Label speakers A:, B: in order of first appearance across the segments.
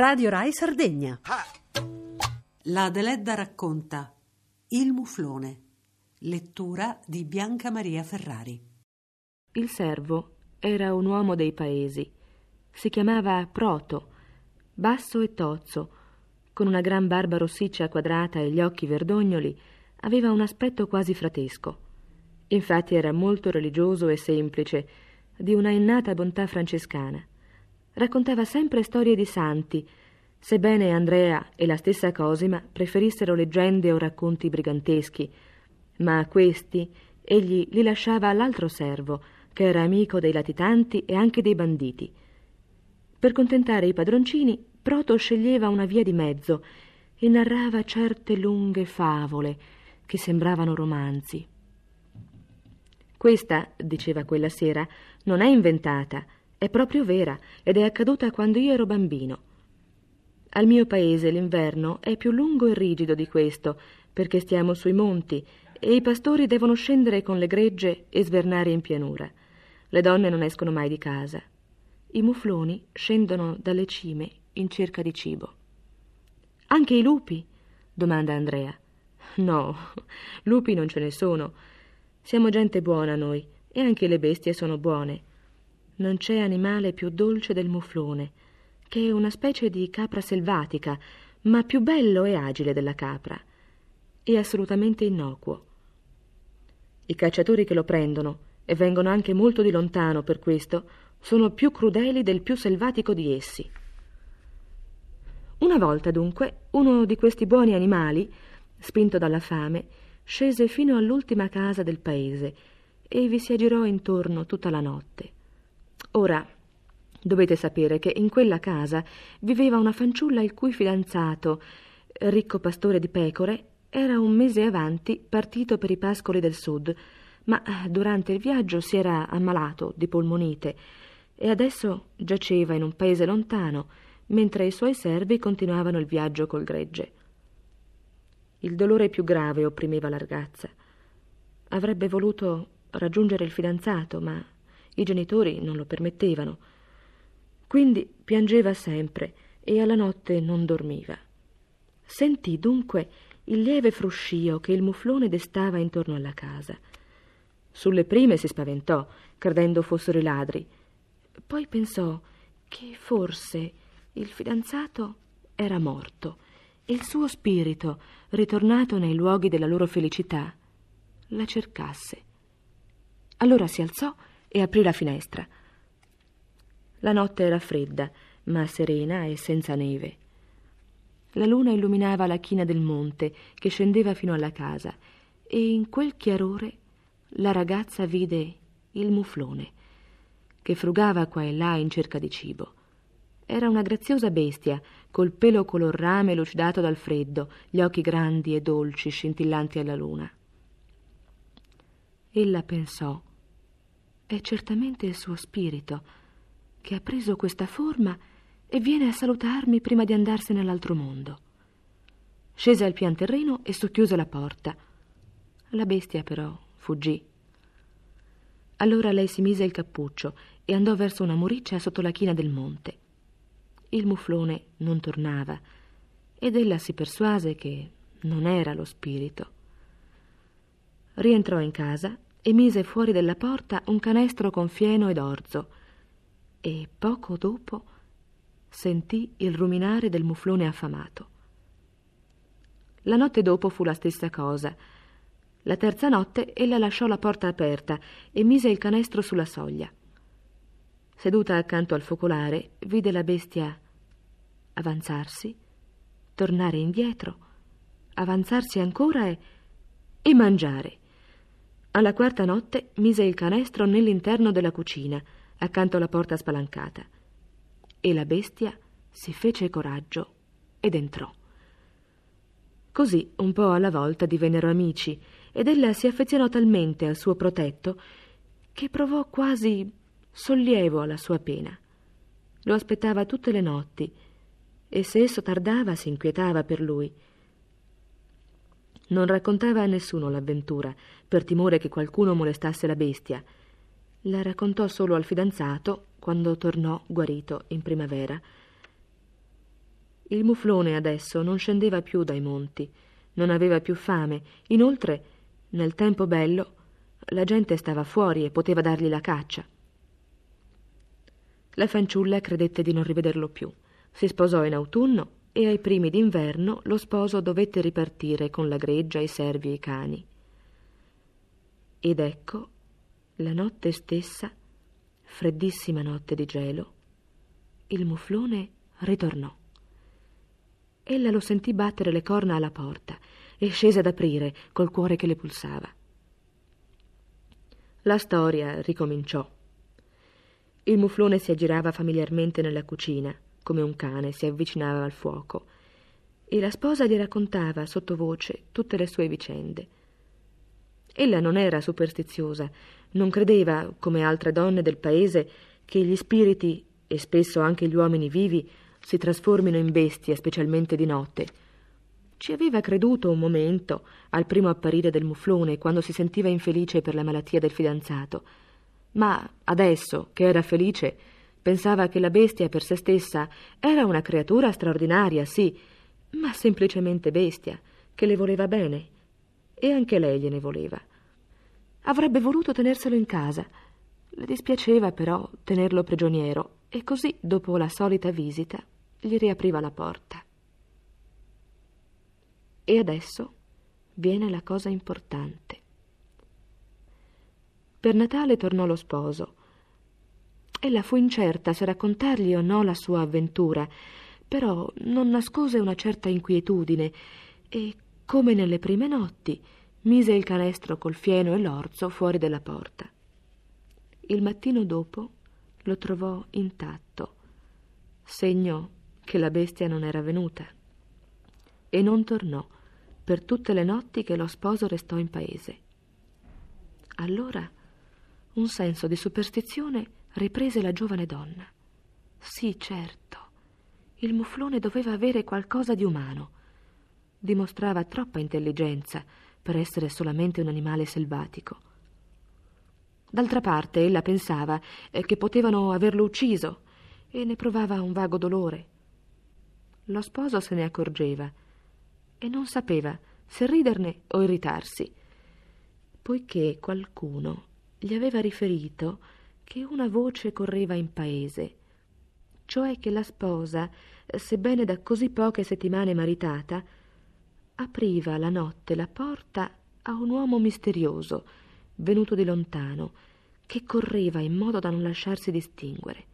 A: Radio Rai Sardegna.
B: La Deledda racconta Il muflone. Lettura di Bianca Maria Ferrari.
C: Il servo era un uomo dei paesi. Si chiamava Proto, basso e tozzo, con una gran barba rossiccia quadrata e gli occhi verdognoli. Aveva un aspetto quasi fratesco. Infatti era molto religioso e semplice, di una innata bontà francescana. Raccontava sempre storie di santi, sebbene Andrea e la stessa Cosima preferissero leggende o racconti briganteschi, ma a questi egli li lasciava all'altro servo, che era amico dei latitanti e anche dei banditi. Per contentare i padroncini, Proto sceglieva una via di mezzo e narrava certe lunghe favole che sembravano romanzi. Questa, diceva quella sera, non è inventata, è proprio vera ed è accaduta quando io ero bambino. Al mio paese l'inverno è più lungo e rigido di questo, perché stiamo sui monti e i pastori devono scendere con le gregge e svernare in pianura. Le donne non escono mai di casa. I mufloni scendono dalle cime in cerca di cibo. Anche i lupi? Domanda Andrea. No, lupi non ce ne sono. Siamo gente buona noi e anche le bestie sono buone. Non c'è animale più dolce del muflone, che è una specie di capra selvatica, ma più bello e agile della capra, e assolutamente innocuo. I cacciatori che lo prendono, e vengono anche molto di lontano per questo, sono più crudeli del più selvatico di essi. Una volta, dunque, uno di questi buoni animali, spinto dalla fame, scese fino all'ultima casa del paese e vi si aggirò intorno tutta la notte. Ora, dovete sapere che in quella casa viveva una fanciulla il cui fidanzato, ricco pastore di pecore, era un mese avanti partito per i pascoli del sud, ma durante il viaggio si era ammalato di polmonite e adesso giaceva in un paese lontano, mentre i suoi servi continuavano il viaggio col gregge. Il dolore più grave opprimeva la ragazza. Avrebbe voluto raggiungere il fidanzato, ma i genitori non lo permettevano. Quindi piangeva sempre e alla notte non dormiva. Sentì dunque il lieve fruscio che il muflone destava intorno alla casa. Sulle prime si spaventò, credendo fossero i ladri. Poi pensò che forse il fidanzato era morto e il suo spirito, ritornato nei luoghi della loro felicità, la cercasse. Allora si alzò e aprì la finestra. La notte era fredda, ma serena e senza neve. La luna illuminava la china del monte che scendeva fino alla casa e in quel chiarore la ragazza vide il muflone che frugava qua e là in cerca di cibo. Era una graziosa bestia col pelo color rame lucidato dal freddo, gli occhi grandi e dolci scintillanti alla luna. Ella pensò: è certamente il suo spirito che ha preso questa forma e viene a salutarmi prima di andarsene all'altro mondo. Scese al pian terreno e socchiuse la porta. La bestia però fuggì. Allora lei si mise il cappuccio e andò verso una muriccia sotto la china del monte. Il muflone non tornava ed ella si persuase che non era lo spirito. Rientrò in casa e mise fuori della porta un canestro con fieno ed orzo e poco dopo sentì il ruminare del muflone affamato. La notte dopo fu la stessa cosa. La terza notte ella lasciò la porta aperta e mise il canestro sulla soglia. Seduta accanto al focolare, vide la bestia avanzarsi, tornare indietro, avanzarsi ancora e mangiare. Alla quarta notte mise il canestro nell'interno della cucina, accanto alla porta spalancata, e la bestia si fece coraggio ed entrò. Così, un po' alla volta, divennero amici, ed ella si affezionò talmente al suo protetto che provò quasi sollievo alla sua pena. Lo aspettava tutte le notti, e se esso tardava si inquietava per lui. Non raccontava a nessuno l'avventura, per timore che qualcuno molestasse la bestia. La raccontò solo al fidanzato quando tornò guarito in primavera. Il muflone adesso non scendeva più dai monti, non aveva più fame. Inoltre, nel tempo bello, la gente stava fuori e poteva dargli la caccia. La fanciulla credette di non rivederlo più. Si sposò in autunno e ai primi d'inverno lo sposo dovette ripartire con la greggia, i servi e i cani. Ed ecco, la notte stessa, freddissima notte di gelo, il muflone ritornò. Ella lo sentì battere le corna alla porta e scese ad aprire col cuore che le pulsava. La storia ricominciò. Il muflone si aggirava familiarmente nella cucina, come un cane si avvicinava al fuoco, e la sposa gli raccontava sottovoce tutte le sue vicende. Ella non era superstiziosa, non credeva, come altre donne del paese, che gli spiriti, e spesso anche gli uomini vivi, si trasformino in bestie, specialmente di notte. Ci aveva creduto un momento, al primo apparire del muflone, quando si sentiva infelice per la malattia del fidanzato. Ma adesso, che era felice, pensava che la bestia per se stessa era una creatura straordinaria, sì, ma semplicemente bestia, che le voleva bene. E anche lei gliene voleva. Avrebbe voluto tenerselo in casa. Le dispiaceva però tenerlo prigioniero, e così, dopo la solita visita, gli riapriva la porta. E adesso viene la cosa importante. Per Natale tornò lo sposo. Ella fu incerta se raccontargli o no la sua avventura, però non nascose una certa inquietudine e, come nelle prime notti, mise il canestro col fieno e l'orzo fuori della porta. Il mattino dopo lo trovò intatto, segno che la bestia non era venuta, e non tornò per tutte le notti che lo sposo restò in paese. Allora un senso di superstizione riprese la giovane donna. Sì, certo, il muflone doveva avere qualcosa di umano. Dimostrava troppa intelligenza per essere solamente un animale selvatico. D'altra parte, ella pensava che potevano averlo ucciso e ne provava un vago dolore. Lo sposo se ne accorgeva e non sapeva se riderne o irritarsi, poiché qualcuno gli aveva riferito che una voce correva in paese, cioè che la sposa, sebbene da così poche settimane maritata, apriva la notte la porta a un uomo misterioso, venuto di lontano, che correva in modo da non lasciarsi distinguere.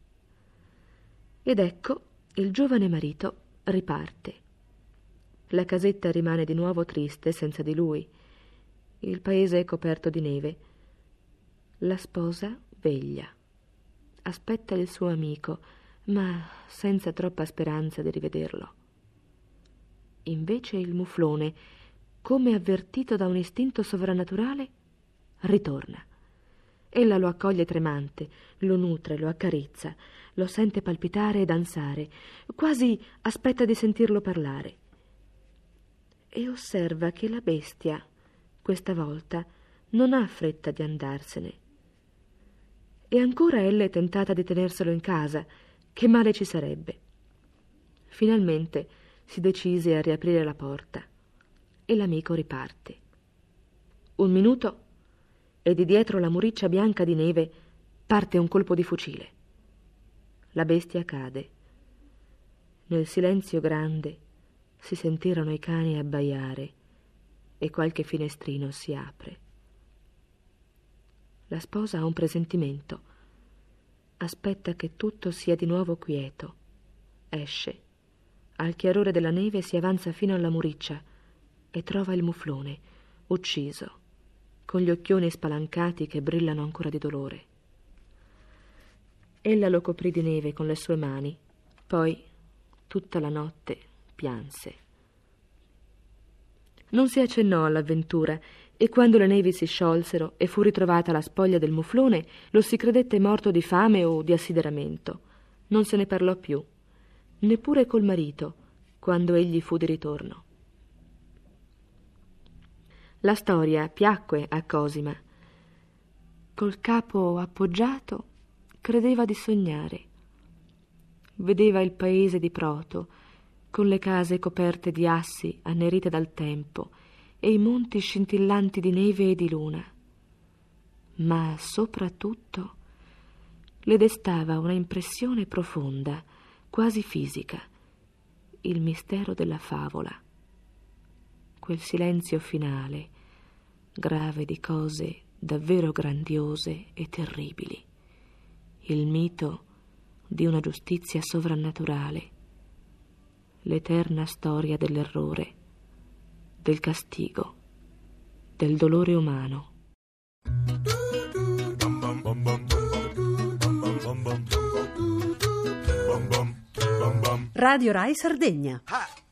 C: Ed ecco, il giovane marito riparte. La casetta rimane di nuovo triste senza di lui. Il paese è coperto di neve. La sposa veglia. Aspetta il suo amico, ma senza troppa speranza di rivederlo. Invece il muflone, come avvertito da un istinto sovrannaturale, ritorna. Ella lo accoglie tremante, lo nutre, lo accarezza, lo sente palpitare e danzare, quasi aspetta di sentirlo parlare. E osserva che la bestia, questa volta, non ha fretta di andarsene. E ancora ella è tentata di tenerselo in casa, che male ci sarebbe. Finalmente si decise a riaprire la porta e l'amico riparte. Un minuto e di dietro la muriccia bianca di neve parte un colpo di fucile. La bestia cade. Nel silenzio grande si sentirono i cani abbaiare e qualche finestrino si apre. La sposa ha un presentimento. Aspetta che tutto sia di nuovo quieto. Esce. Al chiarore della neve si avanza fino alla muriccia e trova il muflone, ucciso, con gli occhioni spalancati che brillano ancora di dolore. Ella lo coprì di neve con le sue mani, poi tutta la notte pianse. Non si accennò all'avventura e quando le nevi si sciolsero e fu ritrovata la spoglia del muflone, lo si credette morto di fame o di assideramento. Non se ne parlò più, neppure col marito, quando egli fu di ritorno. La storia piacque a Cosima. Col capo appoggiato credeva di sognare. Vedeva il paese di Proto, con le case coperte di assi annerite dal tempo e i monti scintillanti di neve e di luna. Ma soprattutto le destava una impressione profonda, quasi fisica, il mistero della favola. Quel silenzio finale, grave di cose davvero grandiose e terribili. Il mito di una giustizia sovrannaturale. L'eterna storia dell'errore, del castigo, del dolore umano.
B: Radio Rai Sardegna.